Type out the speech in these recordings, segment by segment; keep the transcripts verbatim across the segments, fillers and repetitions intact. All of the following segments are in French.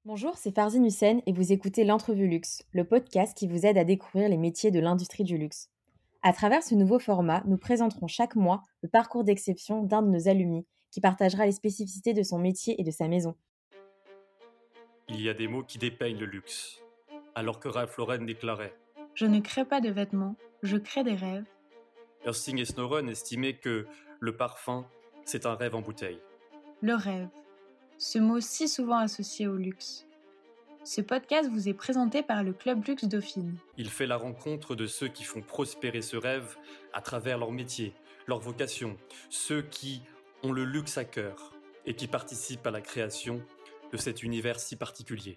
Bonjour, c'est Farzine Hussein et vous écoutez l'Entrevue Luxe, le podcast qui vous aide à découvrir les métiers de l'industrie du luxe. À travers ce nouveau format, nous présenterons chaque mois le parcours d'exception d'un de nos alumni qui partagera les spécificités de son métier et de sa maison. Il y a des mots qui dépeignent le luxe, alors que Ralph Lauren déclarait Je ne crée pas de vêtements, je crée des rêves. Erskine et Snowren estimaient que le parfum, c'est un rêve en bouteille. Le rêve, ce mot si souvent associé au luxe. Ce podcast vous est présenté par le Club Luxe Dauphine. Il fait la rencontre de ceux qui font prospérer ce rêve à travers leur métier, leur vocation, ceux qui ont le luxe à cœur et qui participent à la création de cet univers si particulier.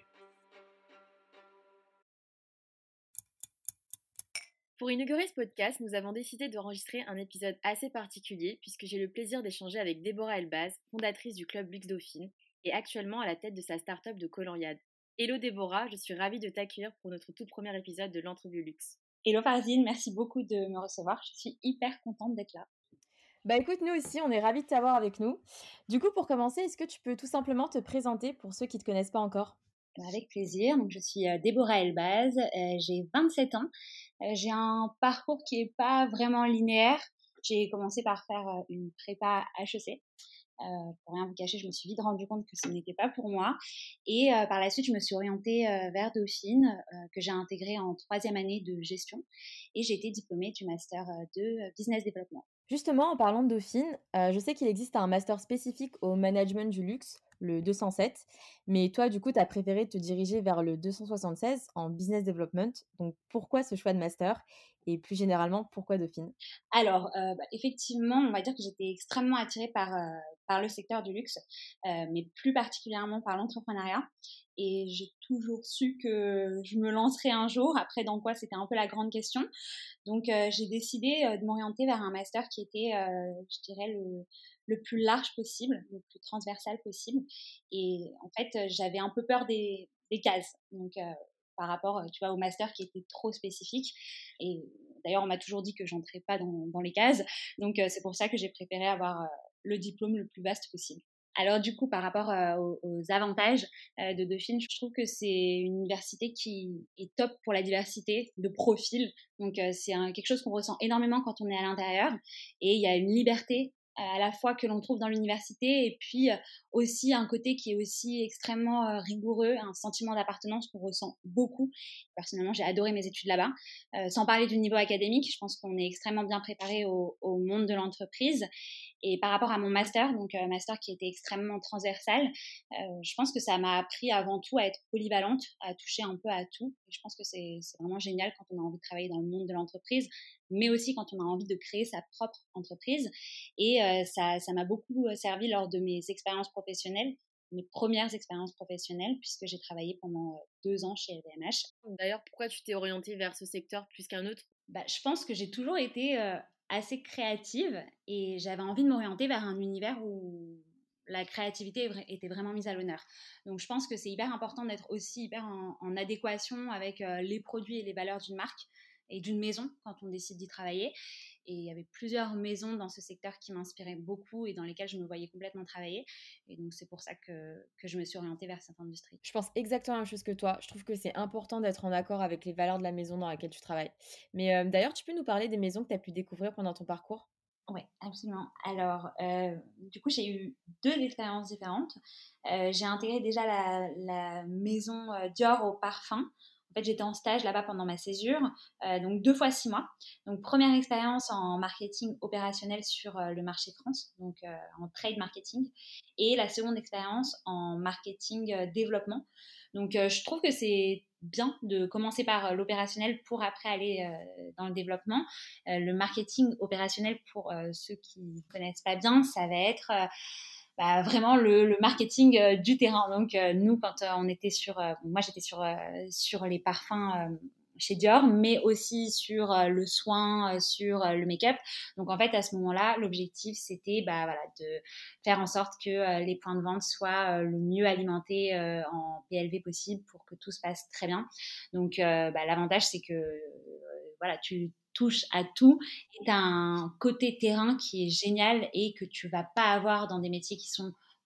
Pour inaugurer ce podcast, nous avons décidé d'enregistrer un épisode assez particulier puisque j'ai le plaisir d'échanger avec Déborah Elbaz, fondatrice du Club Luxe Dauphine et actuellement à la tête de sa start-up de Coloriade. Hello Déborah, je suis ravie de t'accueillir pour notre tout premier épisode de l'Entrevue Luxe. Hello Farzine, merci beaucoup de me recevoir. Je suis hyper contente d'être là. Bah écoute, nous aussi, on est ravis de t'avoir avec nous. Du coup, pour commencer, est-ce que tu peux tout simplement te présenter pour ceux qui ne te connaissent pas encore ? Avec plaisir. Donc, je suis Déborah Elbaz, euh, j'ai vingt-sept ans. Euh, j'ai un parcours qui n'est pas vraiment linéaire. J'ai commencé par faire euh, une prépa H E C. Euh, pour rien vous cacher, je me suis vite rendu compte que ce n'était pas pour moi. Et euh, par la suite, je me suis orientée euh, vers Dauphine, euh, que j'ai intégré en troisième année de gestion. Et j'ai été diplômée du master euh, de business development. Justement, en parlant de Dauphine, euh, je sais qu'il existe un master spécifique au management du luxe, le deux cent sept, mais toi, du coup, tu as préféré te diriger vers le deux cent soixante-seize en business development. Donc, pourquoi ce choix de master et plus généralement, pourquoi Dauphine ? Alors, euh, bah, effectivement, on va dire que j'étais extrêmement attirée par, euh, par le secteur du luxe, euh, mais plus particulièrement par l'entrepreneuriat. Et j'ai toujours su que je me lancerais un jour. Après, dans quoi, c'était un peu la grande question. Donc, euh, j'ai décidé euh, de m'orienter vers un master qui était, euh, je dirais, le, le plus large possible, le plus transversal possible. Et en fait, euh, j'avais un peu peur des, des cases. Donc, euh, par rapport, tu vois, au master qui était trop spécifique. Et d'ailleurs, on m'a toujours dit que j'entrais pas dans, dans les cases. Donc, euh, c'est pour ça que j'ai préféré avoir euh, le diplôme le plus vaste possible. Alors du coup, par rapport euh, aux, aux avantages euh, de Dauphine, je trouve que c'est une université qui est top pour la diversité de profils. Donc euh, c'est un, quelque chose qu'on ressent énormément quand on est à l'intérieur. Et il y a une liberté euh, à la fois que l'on trouve dans l'université et puis euh, aussi un côté qui est aussi extrêmement euh, rigoureux, un sentiment d'appartenance qu'on ressent beaucoup. Personnellement, j'ai adoré mes études là-bas. Euh, sans parler du niveau académique, je pense qu'on est extrêmement bien préparé au, au monde de l'entreprise. Et par rapport à mon master, donc euh, master qui était extrêmement transversal, euh, je pense que ça m'a appris avant tout à être polyvalente, à toucher un peu à tout. Et je pense que c'est, c'est vraiment génial quand on a envie de travailler dans le monde de l'entreprise, mais aussi quand on a envie de créer sa propre entreprise. Et euh, ça, ça m'a beaucoup servi lors de mes expériences professionnelles, mes premières expériences professionnelles, puisque j'ai travaillé pendant deux ans chez L V M H. D'ailleurs, pourquoi tu t'es orientée vers ce secteur plus qu'un autre ? Bah, je pense que j'ai toujours été euh, assez créative et j'avais envie de m'orienter vers un univers où la créativité était vraiment mise à l'honneur. Donc je pense que c'est hyper important d'être aussi hyper en, en adéquation avec euh, les produits et les valeurs d'une marque et d'une maison quand on décide d'y travailler. Et il y avait plusieurs maisons dans ce secteur qui m'inspiraient beaucoup et dans lesquelles je me voyais complètement travailler. Et donc c'est pour ça que, que je me suis orientée vers cette industrie. Je pense exactement la même chose que toi. Je trouve que c'est important d'être en accord avec les valeurs de la maison dans laquelle tu travailles. Mais euh, d'ailleurs, tu peux nous parler des maisons que tu as pu découvrir pendant ton parcours ? Oui, absolument. Alors, euh, du coup, j'ai eu deux expériences différentes. Euh, j'ai intégré déjà la, la maison euh, Dior au parfum. En fait, j'étais en stage là-bas pendant ma césure, euh, donc deux fois six mois. Donc, première expérience en marketing opérationnel sur euh, le marché France, donc euh, en trade marketing. Et la seconde expérience en marketing euh, développement. Donc, euh, je trouve que c'est bien de commencer par euh, l'opérationnel pour après aller euh, dans le développement. Euh, le marketing opérationnel, pour euh, ceux qui ne connaissent pas bien, ça va être euh, bah, vraiment le, le marketing euh, du terrain. Donc euh, nous, quand euh, on était sur, euh, moi j'étais sur euh, sur les parfums euh, chez Dior, mais aussi sur euh, le soin, euh, sur euh, le make-up. Donc en fait, à ce moment-là, l'objectif c'était bah, voilà, de faire en sorte que euh, les points de vente soient euh, le mieux alimentés euh, en P L V possible pour que tout se passe très bien. Donc euh, bah, l'avantage c'est que euh, voilà, tu touches à tout et tu as un côté terrain qui est génial et que tu vas pas avoir dans des métiers qui sont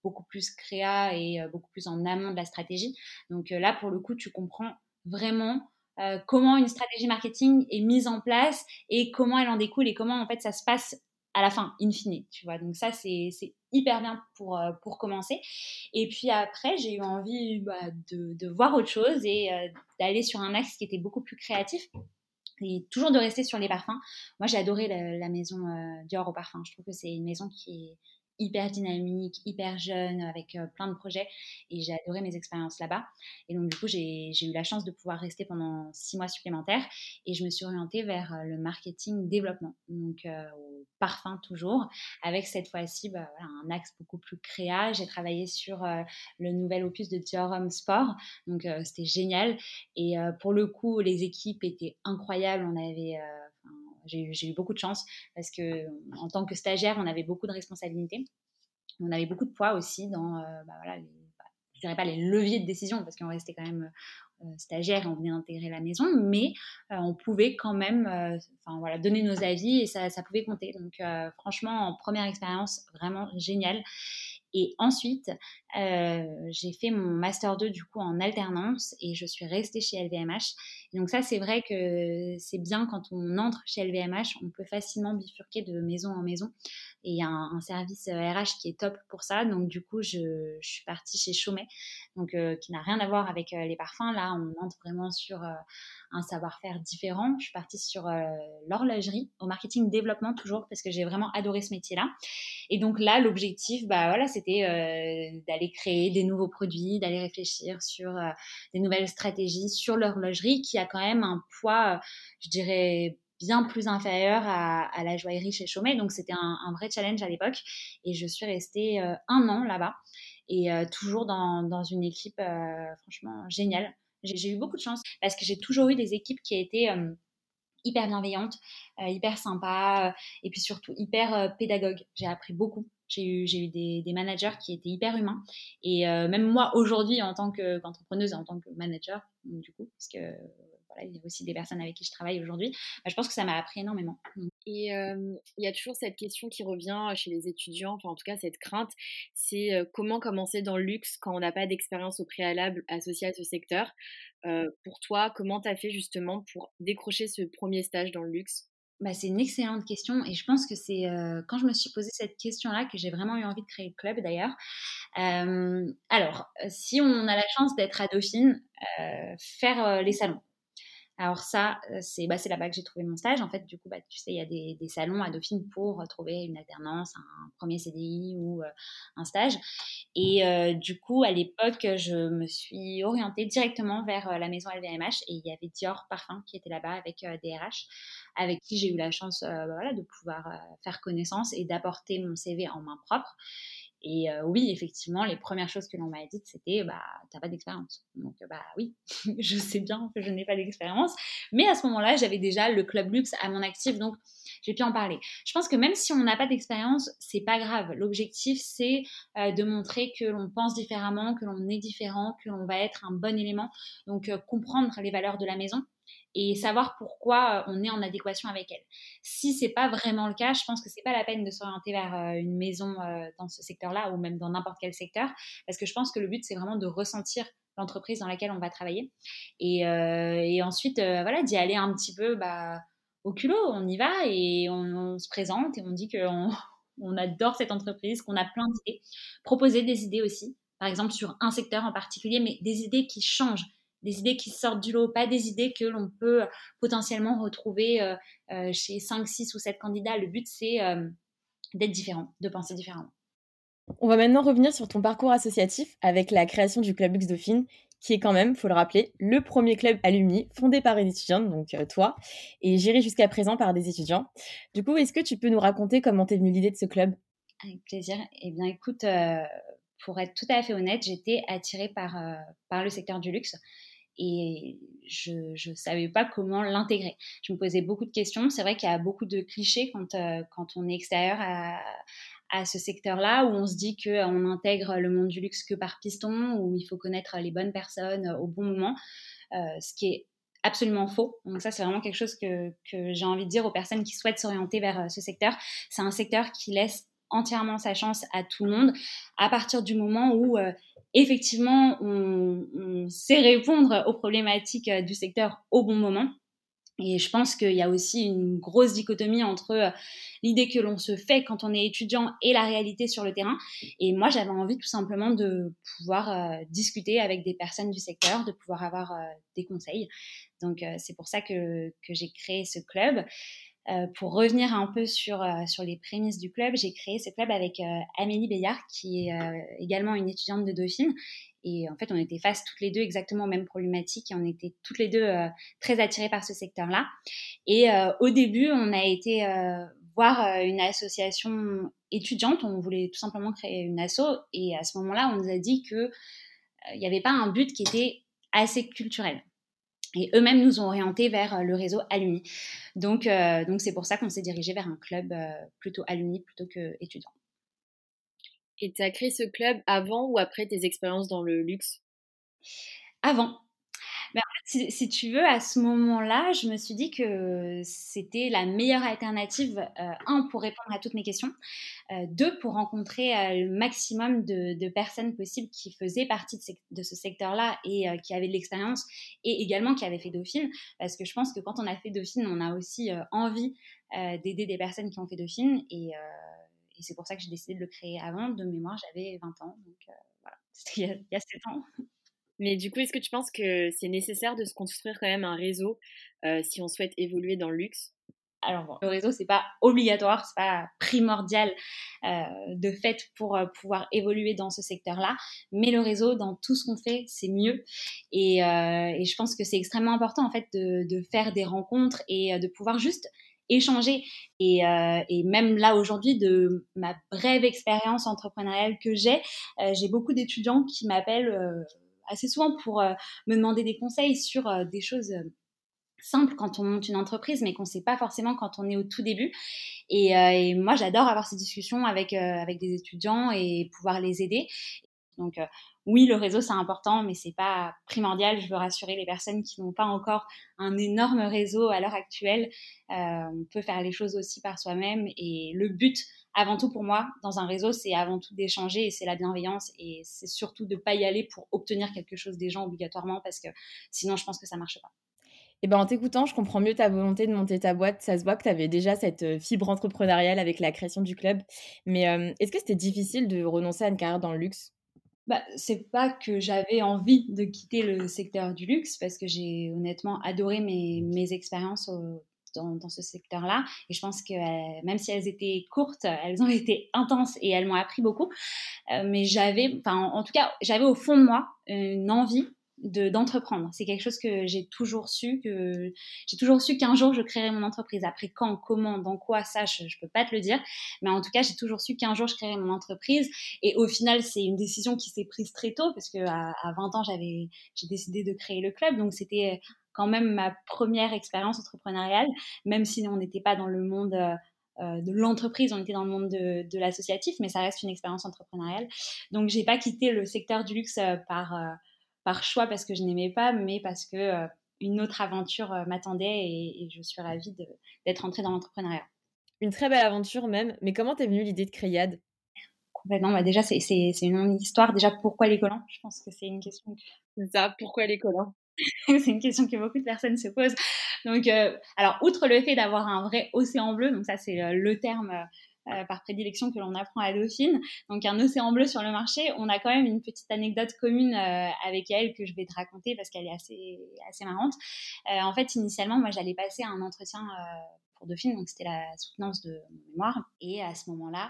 beaucoup plus créa et euh, beaucoup plus en amont de la stratégie. Donc euh, là, pour le coup, tu comprends vraiment euh, comment une stratégie marketing est mise en place et comment elle en découle et comment en fait ça se passe à la fin, in fine, tu vois. Donc ça, c'est, c'est hyper bien pour, euh, pour commencer. Et puis après, j'ai eu envie bah, de, de voir autre chose et euh, d'aller sur un axe qui était beaucoup plus créatif et toujours de rester sur les parfums. Moi, j'ai adoré la, la maison euh, Dior au parfum. Je trouve que c'est une maison qui est hyper dynamique, hyper jeune, avec euh, plein de projets. Et j'ai adoré mes expériences là-bas. Et donc, du coup, j'ai, j'ai eu la chance de pouvoir rester pendant six mois supplémentaires. Et je me suis orientée vers euh, le marketing développement, donc euh, au parfum toujours, avec cette fois-ci bah, voilà, un axe beaucoup plus créa. J'ai travaillé sur euh, le nouvel opus de Dior Homme Sport. Donc, euh, c'était génial. Et euh, pour le coup, les équipes étaient incroyables. On avait... Euh, j'ai eu, j'ai eu beaucoup de chance parce que en tant que stagiaire, on avait beaucoup de responsabilités. On avait beaucoup de poids aussi dans, euh, bah voilà, les, bah, je dirais pas les leviers de décision parce qu'on restait quand même euh, stagiaire et on venait d'intégrer la maison, mais euh, on pouvait quand même, euh, enfin voilà, donner nos avis et ça, ça pouvait compter. Donc euh, franchement, en première expérience, vraiment génial. Et ensuite, euh, j'ai fait mon master deux du coup en alternance et je suis restée chez L V M H. Et donc ça, c'est vrai que c'est bien quand on entre chez L V M H, on peut facilement bifurquer de maison en maison. Et il y a un, un service R H qui est top pour ça. Donc du coup, je, je suis partie chez Chaumet, donc euh, qui n'a rien à voir avec euh, les parfums. Là, on entre vraiment sur euh, un savoir-faire différent. Je suis partie sur euh, l'horlogerie, au marketing développement toujours, parce que j'ai vraiment adoré ce métier-là. Et donc là, l'objectif, bah voilà, c'était euh, d'aller créer des nouveaux produits, d'aller réfléchir sur euh, des nouvelles stratégies sur l'horlogerie, qui a quand même un poids, euh, je dirais, bien plus inférieur à, à la joaillerie chez Chaumet. Donc c'était un, un vrai challenge à l'époque. Et je suis restée euh, un an là-bas et euh, toujours dans, dans une équipe euh, franchement géniale. J'ai, j'ai eu beaucoup de chance parce que j'ai toujours eu des équipes qui étaient euh, hyper bienveillante, euh, hyper sympa, euh, et puis surtout hyper euh, pédagogue. J'ai appris beaucoup. J'ai eu, j'ai eu des, des managers qui étaient hyper humains. Et euh, même moi, aujourd'hui, en tant que, qu'entrepreneuse et en tant que manager, du coup, parce que voilà, il y a aussi des personnes avec qui je travaille aujourd'hui, bah, je pense que ça m'a appris énormément. Et euh, il y a toujours cette question qui revient chez les étudiants, enfin en tout cas cette crainte, c'est euh, comment commencer dans le luxe quand on n'a pas d'expérience au préalable associée à ce secteur. Euh, pour toi, comment tu as fait justement pour décrocher ce premier stage dans le luxe? Bah, c'est une excellente question et je pense que c'est euh, quand je me suis posé cette question-là que j'ai vraiment eu envie de créer le club d'ailleurs. Euh, alors, si on a la chance d'être à Dauphine, euh, faire euh, les salons. Alors ça, c'est bah, c'est là-bas que j'ai trouvé mon stage. En fait, du coup, bah, tu sais, il y a des, des salons à Dauphine pour trouver une alternance, un premier C D I ou euh, un stage. Et euh, du coup, à l'époque, je me suis orientée directement vers euh, la maison L V M H et il y avait Dior Parfum qui était là-bas avec euh, des R H, avec qui j'ai eu la chance euh, bah, voilà, de pouvoir euh, faire connaissance et d'apporter mon C V en main propre. Et euh, oui, effectivement, les premières choses que l'on m'a dites, c'était bah, t'as pas d'expérience. Donc, bah oui, je sais bien que je n'ai pas d'expérience. Mais à ce moment-là, j'avais déjà le Club Luxe à mon actif, donc j'ai pu en parler. Je pense que même si on n'a pas d'expérience, c'est pas grave. L'objectif, c'est euh, de montrer que l'on pense différemment, que l'on est différent, que l'on va être un bon élément. Donc, euh, comprendre les valeurs de la maison et savoir pourquoi on est en adéquation avec elle. Si c'est pas vraiment le cas, je pense que c'est pas la peine de s'orienter vers euh, une maison euh, dans ce secteur-là ou même dans n'importe quel secteur, parce que je pense que le but c'est vraiment de ressentir l'entreprise dans laquelle on va travailler et, euh, et ensuite euh, voilà d'y aller un petit peu bah, au culot, on y va et on, on se présente et on dit qu'on on adore cette entreprise, qu'on a plein d'idées, proposer des idées aussi, par exemple sur un secteur en particulier, mais des idées qui changent, des idées qui sortent du lot, pas des idées que l'on peut potentiellement retrouver euh, euh, chez cinq, six ou sept candidats. Le but, c'est euh, d'être différent, de penser différemment. On va maintenant revenir sur ton parcours associatif avec la création du Club Luxe Dauphine, qui est quand même, faut le rappeler, le premier club alumni fondé par une étudiante, donc euh, toi, et géré jusqu'à présent par des étudiants. Du coup, est-ce que tu peux nous raconter comment t'es venue l'idée de ce club? Avec plaisir. Eh bien, écoute, euh, pour être tout à fait honnête, j'étais attirée par, euh, par le secteur du luxe et je ne savais pas comment l'intégrer. Je me posais beaucoup de questions. C'est vrai qu'il y a beaucoup de clichés quand, euh, quand on est extérieur à, à ce secteur-là, où on se dit qu'on intègre le monde du luxe que par piston, où il faut connaître les bonnes personnes au bon moment, euh, ce qui est absolument faux. Donc ça, c'est vraiment quelque chose que, que j'ai envie de dire aux personnes qui souhaitent s'orienter vers ce secteur. C'est un secteur qui laisse entièrement sa chance à tout le monde à partir du moment où euh, effectivement on, on sait répondre aux problématiques euh, du secteur au bon moment. Et je pense qu'il y a aussi une grosse dichotomie entre euh, l'idée que l'on se fait quand on est étudiant et la réalité sur le terrain. Et moi, j'avais envie tout simplement de pouvoir euh, discuter avec des personnes du secteur, de pouvoir avoir euh, des conseils. Donc, euh, c'est pour ça que, que j'ai créé ce club. Euh, pour revenir un peu sur, euh, sur les prémices du club, j'ai créé ce club avec euh, Amélie Bayard, qui est euh, également une étudiante de Dauphine. Et en fait, on était face toutes les deux exactement aux mêmes problématiques et on était toutes les deux euh, très attirées par ce secteur-là. Et euh, au début, on a été euh, voir euh, une association étudiante. On voulait tout simplement créer une asso. Et à ce moment-là, on nous a dit qu'il n'y euh, avait pas un but qui était assez culturel. Et eux-mêmes nous ont orientés vers le réseau Alumni. Donc, euh, donc c'est pour ça qu'on s'est dirigé vers un club euh, plutôt Alumni plutôt qu'étudiant. Et tu as créé ce club avant ou après tes expériences dans le luxe ? Avant. Mais en fait, si, si tu veux, à ce moment-là, je me suis dit que c'était la meilleure alternative, euh, un, pour répondre à toutes mes questions, euh, deux, pour rencontrer euh, le maximum de, de personnes possibles qui faisaient partie de, ce, de ce secteur-là et euh, qui avaient de l'expérience et également qui avaient fait Dauphine. Parce que je pense que quand on a fait Dauphine, on a aussi euh, envie euh, d'aider des personnes qui ont fait Dauphine. Et, euh, et c'est pour ça que j'ai décidé de le créer avant. De mémoire, j'avais vingt ans. Donc euh, voilà, c'était il y a, il y a sept ans. Mais du coup, est-ce que tu penses que c'est nécessaire de se construire quand même un réseau euh, si on souhaite évoluer dans le luxe ? Alors bon, le réseau, c'est pas obligatoire, c'est pas primordial euh, de fait pour euh, pouvoir évoluer dans ce secteur-là, mais le réseau, dans tout ce qu'on fait, c'est mieux. Et, euh, et je pense que c'est extrêmement important en fait de, de faire des rencontres et euh, de pouvoir juste échanger. Et, euh, et même là aujourd'hui, de ma brève expérience entrepreneuriale que j'ai, euh, j'ai beaucoup d'étudiants qui m'appellent euh, assez souvent pour euh, me demander des conseils sur euh, des choses euh, simples quand on monte une entreprise, mais qu'on ne sait pas forcément quand on est au tout début. Et, euh, et moi, j'adore avoir ces discussions avec, euh, avec des étudiants et pouvoir les aider. Donc euh, oui, le réseau, c'est important, mais c'est pas primordial. Je veux rassurer les personnes qui n'ont pas encore un énorme réseau à l'heure actuelle. Euh, on peut faire les choses aussi par soi-même. Et le but, avant tout pour moi, dans un réseau, c'est avant tout d'échanger et c'est la bienveillance. Et c'est surtout de ne pas y aller pour obtenir quelque chose des gens obligatoirement, parce que sinon, je pense que ça ne marche pas. Et ben, en t'écoutant, je comprends mieux ta volonté de monter ta boîte. Ça se voit que tu avais déjà cette euh, fibre entrepreneuriale avec la création du club. Mais euh, est-ce que c'était difficile de renoncer à une carrière dans le luxe ? Bah, c'est pas que j'avais envie de quitter le secteur du luxe, parce que j'ai honnêtement adoré mes, mes expériences au, dans, dans ce secteur-là. Et je pense que euh, même si elles étaient courtes, elles ont été intenses et elles m'ont appris beaucoup. Euh, mais j'avais, enfin, en, en tout cas, j'avais au fond de moi une envie de, d'entreprendre. C'est quelque chose que j'ai toujours su, que j'ai toujours su qu'un jour je créerais mon entreprise. Après quand, comment, dans quoi, ça, je, je peux pas te le dire. Mais en tout cas, j'ai toujours su qu'un jour je créerais mon entreprise. Et au final, c'est une décision qui s'est prise très tôt, parce que à, à vingt ans, j'avais, j'ai décidé de créer le club. Donc c'était quand même ma première expérience entrepreneuriale, même si on n'était pas dans le monde euh, euh, de l'entreprise, on était dans le monde de, de l'associatif, mais ça reste une expérience entrepreneuriale. Donc j'ai pas quitté le secteur du luxe euh, par euh, par choix parce que je n'aimais pas, mais parce que euh, une autre aventure euh, m'attendait et, et je suis ravie de, d'être entrée dans l'entrepreneuriat. Une très belle aventure même, mais comment t'es venue l'idée de créer Yad ? Complètement, bah déjà c'est, c'est, c'est une longue histoire. Déjà, pourquoi les collants ? Je pense que c'est une question que... C'est ça, pourquoi les collants ? C'est une question que beaucoup de personnes se posent. Donc, euh, alors, outre le fait d'avoir un vrai océan bleu, donc ça c'est euh, le terme euh, par prédilection que l'on apprend à Dauphine, donc un océan bleu sur le marché, on a quand même une petite anecdote commune euh, avec elle que je vais te raconter parce qu'elle est assez, assez marrante. Euh, en fait, initialement, moi j'allais passer un entretien euh, pour Dauphine, donc c'était la soutenance de mon mémoire, et à ce moment-là,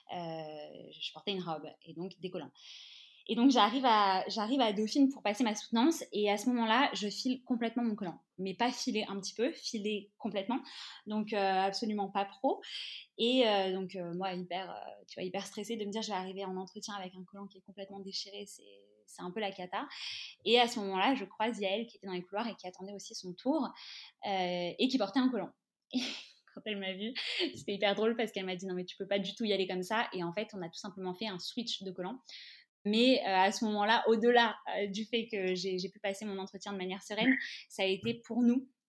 euh, je portais une robe et donc des collants. Et donc, j'arrive à, j'arrive à Dauphine pour passer ma soutenance. Et à ce moment-là, je file complètement mon collant. Mais pas filer un petit peu, filer complètement. Donc, euh, absolument pas pro. Et euh, donc, euh, moi, hyper, euh, tu vois, hyper stressée de me dire je vais arriver en entretien avec un collant qui est complètement déchiré. C'est, c'est un peu la cata. Et à ce moment-là, je croise Yael qui était dans les couloirs et qui attendait aussi son tour euh, et qui portait un collant. Et quand elle m'a vue, c'était hyper drôle parce qu'elle m'a dit non, mais tu peux pas du tout y aller comme ça. Et en fait, on a tout simplement fait un switch de collant. Mais euh, à ce moment-là, au-delà euh, du fait que j'ai, j'ai pu passer mon entretien de manière sereine, ça a été pour nous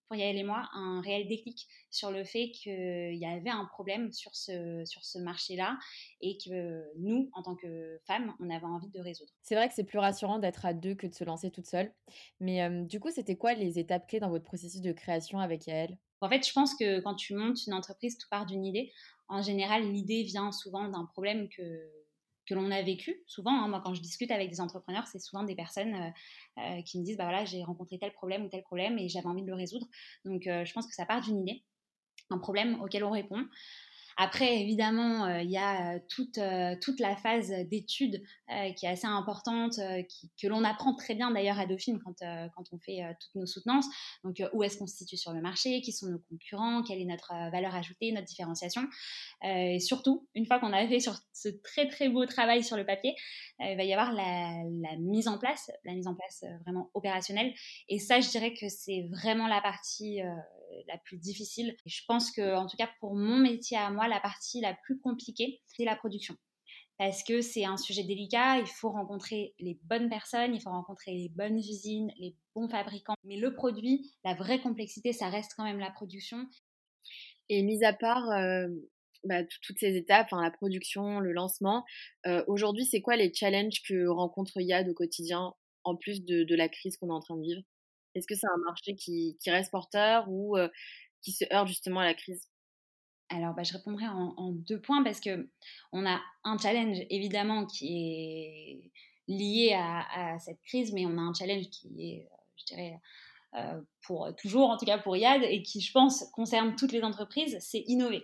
pour Yael et moi, un réel déclic sur le fait qu'il y avait un problème sur ce, sur ce marché-là et que nous, en tant que femmes, on avait envie de résoudre. C'est vrai que c'est plus rassurant d'être à deux que de se lancer toute seule. Mais euh, du coup, c'était quoi les étapes clés dans votre processus de création avec Yael? En fait, je pense que quand tu montes une entreprise, tout part d'une idée. En général, l'idée vient souvent d'un problème que, que l'on a vécu. Souvent, hein, moi, quand je discute avec des entrepreneurs, c'est souvent des personnes euh, euh, qui me disent, bah voilà, j'ai rencontré tel problème ou tel problème et j'avais envie de le résoudre. Donc, euh, je pense que ça part d'une idée, un problème auquel on répond. Après, évidemment, euh, il y a euh, toute, euh, toute la phase d'études euh, qui est assez importante, euh, qui, que l'on apprend très bien d'ailleurs à Dauphine quand, euh, quand on fait euh, toutes nos soutenances. Donc, euh, où est-ce qu'on se situe sur le marché, qui sont nos concurrents, quelle est notre euh, valeur ajoutée, notre différenciation. Euh, et surtout, une fois qu'on a fait sur ce très très beau travail sur le papier, euh, il va y avoir la, la mise en place, la mise en place euh, vraiment opérationnelle. Et ça, je dirais que c'est vraiment la partie euh, la plus difficile. Et je pense que, en tout cas, pour mon métier à moi, la partie la plus compliquée, c'est la production. Parce que c'est un sujet délicat, il faut rencontrer les bonnes personnes, il faut rencontrer les bonnes usines, les bons fabricants. Mais le produit, la vraie complexité, ça reste quand même la production. Et mis à part euh, bah, t- toutes ces étapes, hein, la production, le lancement, euh, aujourd'hui, c'est quoi les challenges que rencontre Yad au quotidien, en plus de, de la crise qu'on est en train de vivre? Est-ce que c'est un marché qui, qui reste porteur ou euh, qui se heurte justement à la crise? Alors, bah, je répondrai en, en deux points parce que on a un challenge évidemment qui est lié à, à cette crise, mais on a un challenge qui est, euh, je dirais, euh, pour toujours, en tout cas pour Yad, et qui, je pense, concerne toutes les entreprises, c'est innover.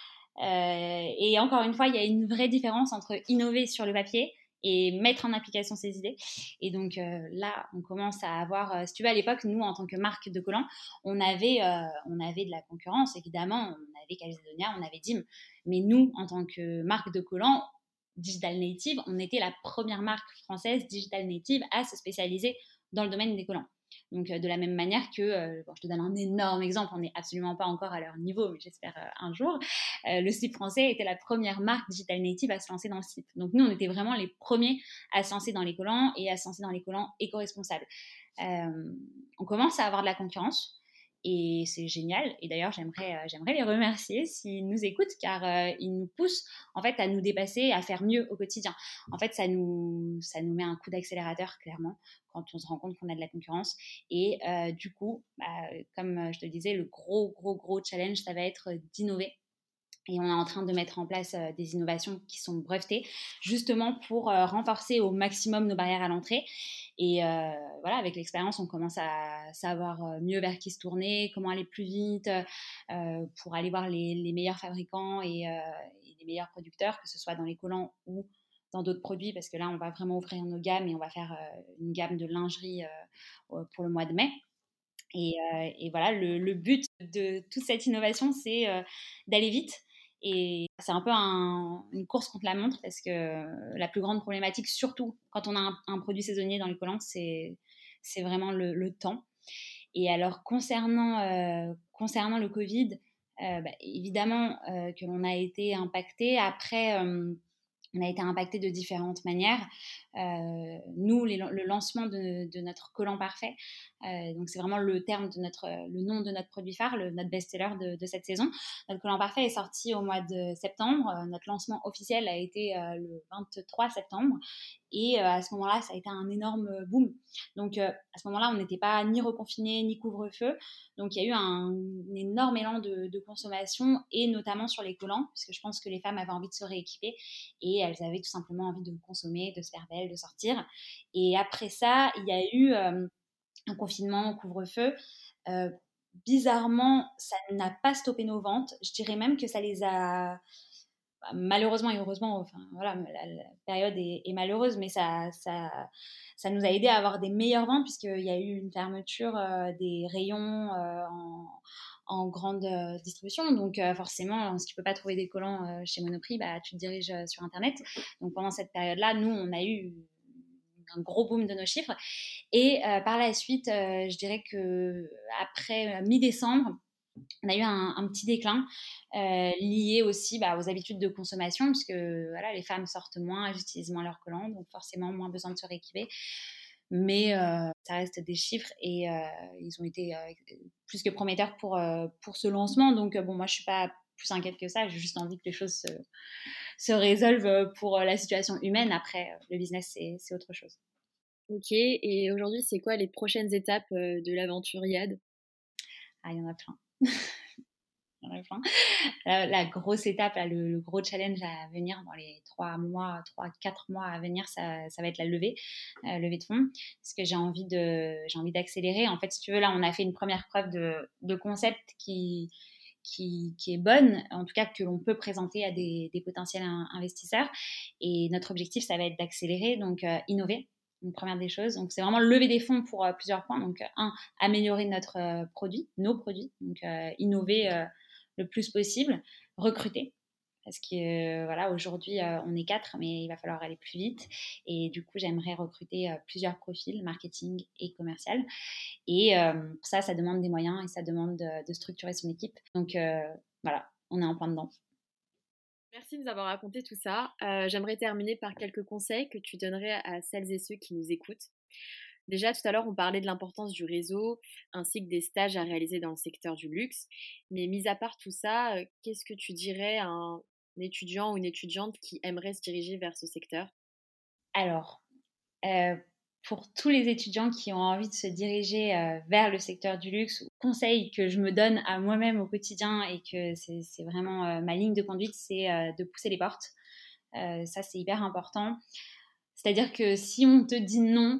Euh, et encore une fois, il y a une vraie différence entre innover sur le papier et mettre en application ses idées. Et donc euh, là, on commence à avoir, euh, si tu veux, à l'époque, nous, en tant que marque de collants, on avait, euh, on avait de la concurrence, évidemment. On avait Calzedonia, on avait Dim. Mais nous, en tant que marque de collants, Digital Native, on était la première marque française Digital Native à se spécialiser dans le domaine des collants. Donc, euh, de la même manière que, euh, bon, je te donne un énorme exemple, on n'est absolument pas encore à leur niveau, mais j'espère euh, un jour, euh, le slip français était la première marque digital native à se lancer dans le slip. Donc, nous, on était vraiment les premiers à se lancer dans les collants et à se lancer dans les collants éco-responsables. Euh, on commence à avoir de la concurrence. Et c'est génial. Et d'ailleurs, j'aimerais, euh, j'aimerais les remercier s'ils nous écoutent, car euh, ils nous poussent en fait à nous dépasser, à faire mieux au quotidien. En fait, ça nous, ça nous met un coup d'accélérateur, clairement, quand on se rend compte qu'on a de la concurrence. Et euh, du coup, bah, comme je te le disais, le gros, gros, gros challenge, ça va être d'innover. Et on est en train de mettre en place euh, des innovations qui sont brevetées, justement pour euh, renforcer au maximum nos barrières à l'entrée. Et euh, voilà, avec l'expérience, on commence à savoir euh, mieux vers qui se tourner, comment aller plus vite, euh, pour aller voir les, les meilleurs fabricants et, euh, et les meilleurs producteurs, que ce soit dans les collants ou dans d'autres produits, parce que là, on va vraiment ouvrir nos gammes et on va faire euh, une gamme de lingerie euh, pour le mois de mai. Et, euh, et voilà, le, le, but de toute cette innovation, c'est euh, d'aller vite. Et c'est un peu un, une course contre la montre parce que la plus grande problématique, surtout quand on a un, un produit saisonnier dans les collants, c'est, c'est vraiment le, le temps. Et alors, concernant, euh, concernant le Covid, euh, bah, évidemment euh, que l'on a été impacté. Après, euh, on a été impacté de différentes manières. Euh, nous, les, le lancement de, de notre collant parfait, euh, donc c'est vraiment le terme de notre, le nom de notre produit phare, le, notre best-seller de, de cette saison. Notre collant parfait est sorti au mois de septembre. Euh, notre lancement officiel a été euh, le vingt-trois septembre. Et euh, à ce moment-là, ça a été un énorme boom. Donc euh, à ce moment-là, on n'était pas ni reconfiné ni couvre-feu. Donc il y a eu un, un énorme élan de, de consommation, et notamment sur les collants, puisque je pense que les femmes avaient envie de se rééquiper et elles avaient tout simplement envie de consommer, de se faire belle, de sortir. Et après ça, il y a eu euh, un confinement, un couvre-feu. Euh, bizarrement, ça n'a pas stoppé nos ventes. Je dirais même que ça les a malheureusement et heureusement, enfin voilà, la, la période est, est malheureuse, mais ça, ça, ça nous a aidé à avoir des meilleures ventes, puisqu'il y a eu une fermeture euh, des rayons euh, en, en grande euh, distribution. Donc euh, forcément, si tu peux pas trouver des collants euh, chez Monoprix, bah, tu te diriges euh, sur Internet. Donc pendant cette période-là, nous, on a eu un gros boom de nos chiffres. Et euh, par la suite, euh, je dirais que après euh, mi-décembre, on a eu un, un petit déclin euh, lié aussi bah, aux habitudes de consommation, puisque voilà, les femmes sortent moins, elles utilisent moins leurs collants, donc forcément moins besoin de se rééquiper. Mais euh, ça reste des chiffres et euh, ils ont été euh, plus que prometteurs pour, euh, pour ce lancement. Donc, euh, bon, moi, je ne suis pas plus inquiète que ça. J'ai juste envie que les choses se, se résolvent pour la situation humaine. Après, le business, c'est, c'est autre chose. Ok, et aujourd'hui, c'est quoi les prochaines étapes de l'aventure Yad? Ah, il y en a plein. il y en a plein. La, la grosse étape, là, le, le gros challenge à venir dans les trois mois, trois, quatre mois à venir, ça, ça va être la levée, euh, levée de fonds, parce que j'ai envie de, j'ai envie d'accélérer. En fait, si tu veux, là, on a fait une première preuve de, de concept qui, qui, qui est bonne, en tout cas que l'on peut présenter à des, des potentiels investisseurs. Et notre objectif, ça va être d'accélérer, donc euh, innover. Une première des choses. Donc, c'est vraiment lever des fonds pour euh, plusieurs points. Donc, euh, un, améliorer notre euh, produit, nos produits. Donc, euh, innover euh, le plus possible. Recruter. Parce que, euh, voilà, aujourd'hui, euh, on est quatre, mais il va falloir aller plus vite. Et du coup, j'aimerais recruter euh, plusieurs profils, marketing et commercial. Et euh, ça, ça demande des moyens et ça demande de, de structurer son équipe. Donc, euh, voilà, on est en plein dedans. Merci de nous avoir raconté tout ça. Euh, j'aimerais terminer par quelques conseils que tu donnerais à celles et ceux qui nous écoutent. Déjà, tout à l'heure, on parlait de l'importance du réseau ainsi que des stages à réaliser dans le secteur du luxe. Mais mis à part tout ça, euh, qu'est-ce que tu dirais à un étudiant ou une étudiante qui aimerait se diriger vers ce secteur? Alors, euh, pour tous les étudiants qui ont envie de se diriger euh, vers le secteur du luxe, conseil que je me donne à moi-même au quotidien et que c'est, c'est vraiment euh, ma ligne de conduite, c'est euh, de pousser les portes. Euh, ça, c'est hyper important. C'est-à-dire que si on te dit non,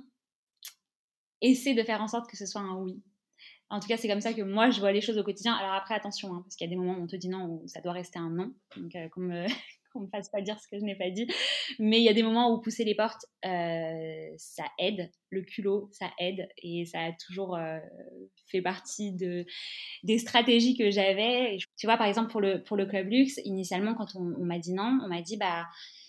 essaie de faire en sorte que ce soit un oui. En tout cas, c'est comme ça que moi, je vois les choses au quotidien. Alors après, attention, hein, parce qu'il y a des moments où on te dit non, où ça doit rester un non. Donc, euh, qu'on me, qu'on me fasse pas dire ce que je n'ai pas dit. Mais il y a des moments où pousser les portes, euh, ça aide. Le culot, ça aide. Et ça a toujours euh, fait partie de, des stratégies que j'avais. Et, tu vois, par exemple, pour le, pour le Club Luxe, initialement, quand on, on m'a dit non, on m'a dit, bah,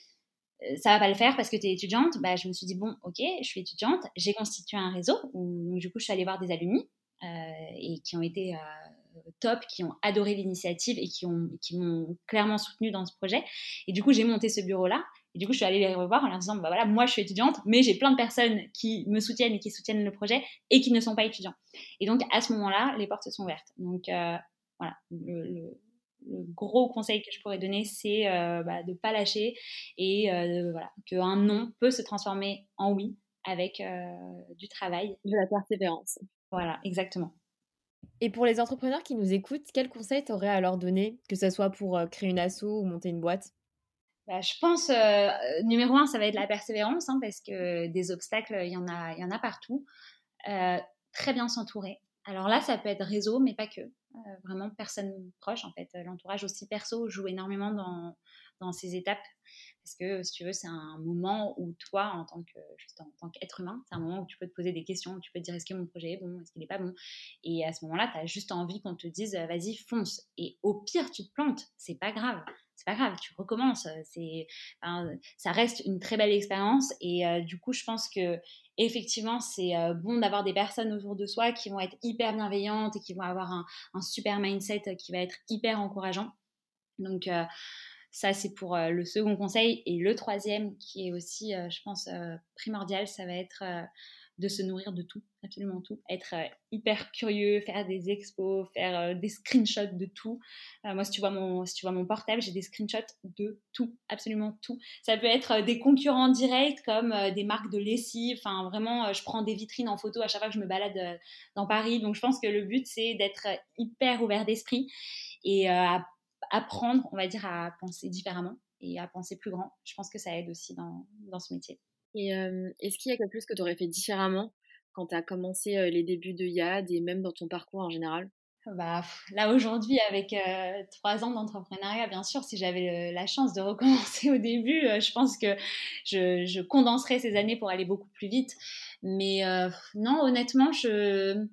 ça va pas le faire parce que tu es étudiante. Bah, je me suis dit, bon, ok, je suis étudiante. J'ai constitué un réseau où, donc, du coup, je suis allée voir des alumni. Euh, et qui ont été euh, top, qui ont adoré l'initiative et qui, ont, qui m'ont clairement soutenue dans ce projet. Et du coup, j'ai monté ce bureau-là. Et du coup, je suis allée les revoir en leur disant, bah voilà, moi, je suis étudiante, mais j'ai plein de personnes qui me soutiennent et qui soutiennent le projet et qui ne sont pas étudiants. Et donc, à ce moment-là, les portes se sont ouvertes. Donc, euh, voilà, le, le, le gros conseil que je pourrais donner, c'est euh, bah, de ne pas lâcher et euh, voilà, qu'un non peut se transformer en oui avec euh, du travail. De la persévérance. Voilà, exactement. Et pour les entrepreneurs qui nous écoutent, quels conseils t'aurais à leur donner, que ce soit pour euh, créer une asso ou monter une boîte? Bah, je pense, euh, numéro un, ça va être la persévérance, hein, parce que des obstacles, il y en a, il y en a partout. Euh, très bien s'entourer. Alors là, ça peut être réseau, mais pas que. Euh, vraiment, personne proche, en fait. L'entourage aussi perso joue énormément dans, dans ces étapes. Parce que, si tu veux, c'est un moment où toi, en tant que, juste en tant qu'être humain, c'est un moment où tu peux te poser des questions, où tu peux te dire est-ce que mon projet est bon, est-ce qu'il n'est pas bon. Et à ce moment-là, tu as juste envie qu'on te dise vas-y, fonce. Et au pire, tu te plantes, c'est pas grave. C'est pas grave, tu recommences. C'est, enfin, ça reste une très belle expérience. Et euh, du coup, je pense que effectivement, c'est euh, bon d'avoir des personnes autour de soi qui vont être hyper bienveillantes et qui vont avoir un, un super mindset qui va être hyper encourageant. Donc, euh, ça, c'est pour euh, le second conseil. Et le troisième, qui est aussi, euh, je pense, euh, primordial, ça va être euh, de se nourrir de tout, absolument tout. Être euh, hyper curieux, faire des expos, faire euh, des screenshots de tout. Euh, moi, si tu vois mon, si tu vois mon portable, j'ai des screenshots de tout, absolument tout. Ça peut être euh, des concurrents directs comme euh, des marques de lessive. Enfin, vraiment, euh, je prends des vitrines en photo à chaque fois que je me balade euh, dans Paris. Donc, je pense que le but, c'est d'être euh, hyper ouvert d'esprit et euh, à apprendre, on va dire, à penser différemment et à penser plus grand. Je pense que ça aide aussi dans, dans ce métier. Et euh, est-ce qu'il y a quelque chose que tu aurais fait différemment quand tu as commencé euh, les débuts de Yad et même dans ton parcours en général? Bah, là aujourd'hui, avec euh, trois ans d'entrepreneuriat, bien sûr, si j'avais le, la chance de recommencer au début, euh, je pense que je, je condenserais ces années pour aller beaucoup plus vite. Mais euh, non, honnêtement, je,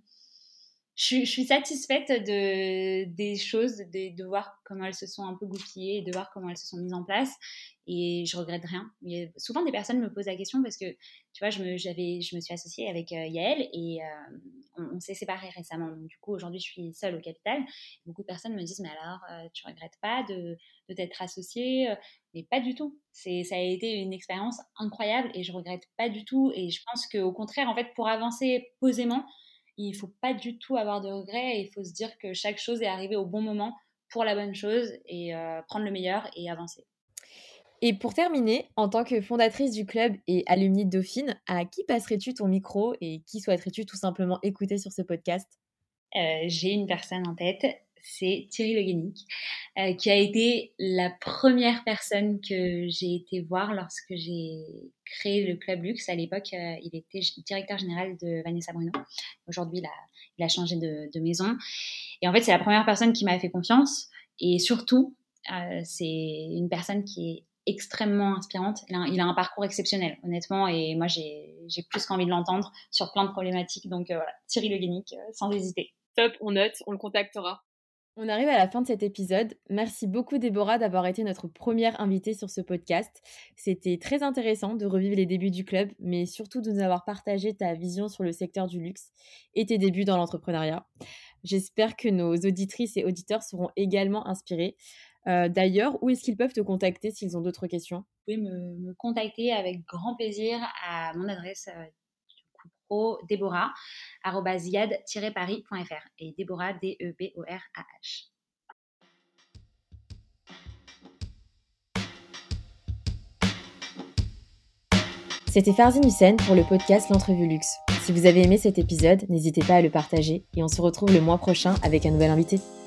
je, je suis satisfaite de, des choses, de, de voir comment elles se sont un peu goupillées et de voir comment elles se sont mises en place. Et je regrette rien. Mais souvent, des personnes me posent la question parce que, tu vois, je me, j'avais, je me suis associée avec euh, Yael et, euh, on, on s'est séparés récemment. Donc, du coup, aujourd'hui, je suis seule au capital. Beaucoup de personnes me disent, mais alors, euh, tu regrettes pas de, de t'être associée? Mais pas du tout. C'est, ça a été une expérience incroyable et je regrette pas du tout. Et je pense qu'au contraire, en fait, pour avancer posément, il faut pas du tout avoir de regrets. Il faut se dire que chaque chose est arrivée au bon moment pour la bonne chose et euh, prendre le meilleur et avancer. Et pour terminer, en tant que fondatrice du club et alumni de Dauphine, à qui passerais-tu ton micro et qui souhaiterais-tu tout simplement écouter sur ce podcast? Euh, j'ai une personne en tête, c'est Thierry Le Guénic, euh, qui a été la première personne que j'ai été voir lorsque j'ai créé le Club Luxe. À l'époque, euh, il était directeur général de Vanessa Bruno. Aujourd'hui, il a, il a changé de, de maison. Et en fait, c'est la première personne qui m'a fait confiance. Et surtout, euh, c'est une personne qui est extrêmement inspirante. Il a, il a un parcours exceptionnel, honnêtement, et moi, j'ai, j'ai plus qu'envie de l'entendre sur plein de problématiques. Donc euh, voilà, Thierry Le Guénic, euh, sans hésiter. Top, on note, on le contactera. On arrive à la fin de cet épisode. Merci beaucoup Déborah d'avoir été notre première invitée sur ce podcast. C'était très intéressant de revivre les débuts du club, mais surtout de nous avoir partagé ta vision sur le secteur du luxe et tes débuts dans l'entrepreneuriat. J'espère que nos auditrices et auditeurs seront également inspirés. Euh, d'ailleurs, où est-ce qu'ils peuvent te contacter s'ils ont d'autres questions? Vous pouvez me, me contacter avec grand plaisir à mon adresse euh, pro Déborah arobase yad tiret paris point f r et Déborah D E B O R A H. C'était Farzine Hussein pour le podcast L'Entrevue Luxe. Si vous avez aimé cet épisode, n'hésitez pas à le partager et on se retrouve le mois prochain avec un nouvel invité.